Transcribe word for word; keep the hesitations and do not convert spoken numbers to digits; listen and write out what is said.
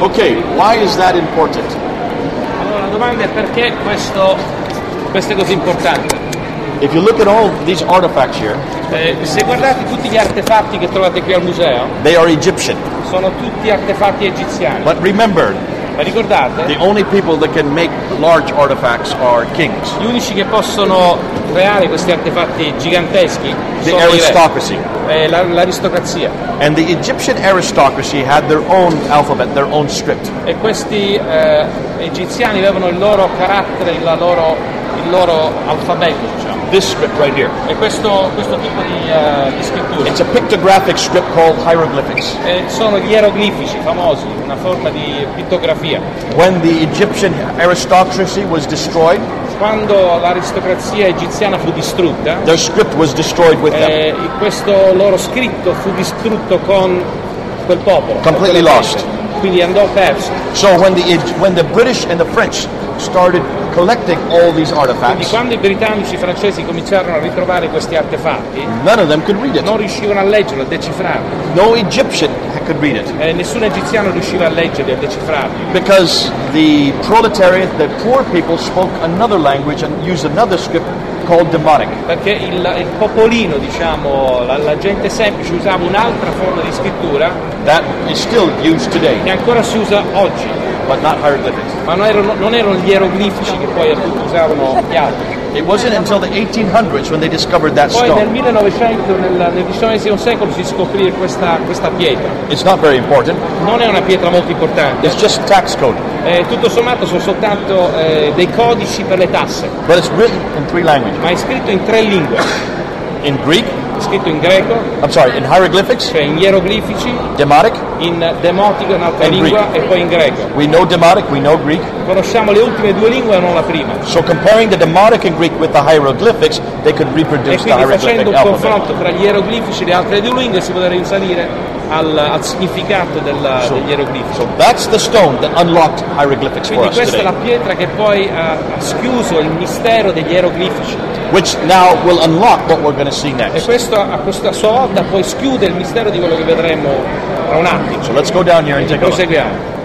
Okay, why is that important? Allora la domanda è perché questo, questo è così importante. If you look at all these artifacts here, Eh, se guardate tutti gli artefatti che trovate qui al museo, they are Egyptian. sono tutti artefatti egiziani. But remember, Ma ricordate? the only people that can make large artifacts are kings, Gli unici che possono creare questi artefatti giganteschi the sono i re, aristocracy. eh, la- l'aristocrazia. And the Egyptian aristocracy had their own alphabet, their own script. E questi eh, egiziani avevano il loro carattere, la loro, il loro alfabeto, diciamo. This script right here. E questo, questo tipo di, eh, di scrittura. It's a pictographic script called hieroglyphics. Eh, sono gli eroglifici famosi, una forma di pittografia. When the Egyptian aristocracy was destroyed, Quando l'aristocrazia egiziana fu distrutta, their script was destroyed with them. eh, questo loro scritto fu distrutto con quel popolo. Completely con quella lost. gente. Quindi andò perso. So when the when the British and the French started collecting all these Quindi artifacts, quando i britannici e i francesi cominciarono a ritrovare questi artefatti, none of them could read it. non riuscivano a leggerlo, a decifrarlo. No Egyptian could read it Eh, nessun egiziano riusciva a leggerli, a decifrarli. because the proletariat, the poor people, spoke another language and used another script called Demotic. Perché il, il popolino, diciamo, la, la gente semplice usava un'altra forma di scrittura That is still used today, che ancora si usa oggi, but not hieroglyphics. ma non erano, non erano gli eroglifici che poi appunto usavano gli altri. It wasn't until the eighteen hundreds when they discovered that Poi nel stone. millenovecento, nel, nel diciannovesimo secolo, si scoprì questa, questa pietra. It's not very important. Non è una pietra molto importante, It's just tax code, eh, tutto sommato sono soltanto eh, dei codici per le tasse, but it's written in three languages. ma è scritto in tre lingue. In Greek, È scritto in greco, I'm sorry, in hieroglyphics, cioè in ieroglifici, Demotic. in demotica, un'altra And lingua, Greek. e poi in greco. We know Demotic, we know Greek. Conosciamo le ultime due lingue e non la prima. So comparing the Demotic and Greek with the hieroglyphics, they could E reproduce the quindi facendo hieroglyphic un alphabet. confronto tra gli ieroglifici e le altre due lingue si poteva risalire al, al significato della- So- degli ieroglifici. So that's the stone that unlocked hieroglyphics for Quindi us questa è today, la pietra che poi ha, ha schiuso il mistero degli ieroglifici. which now will unlock what we're going to see E next. questo a questa sua volta poi schiude il mistero di quello che vedremo tra un attimo. So let's go down here and take a look. Proseguiamo.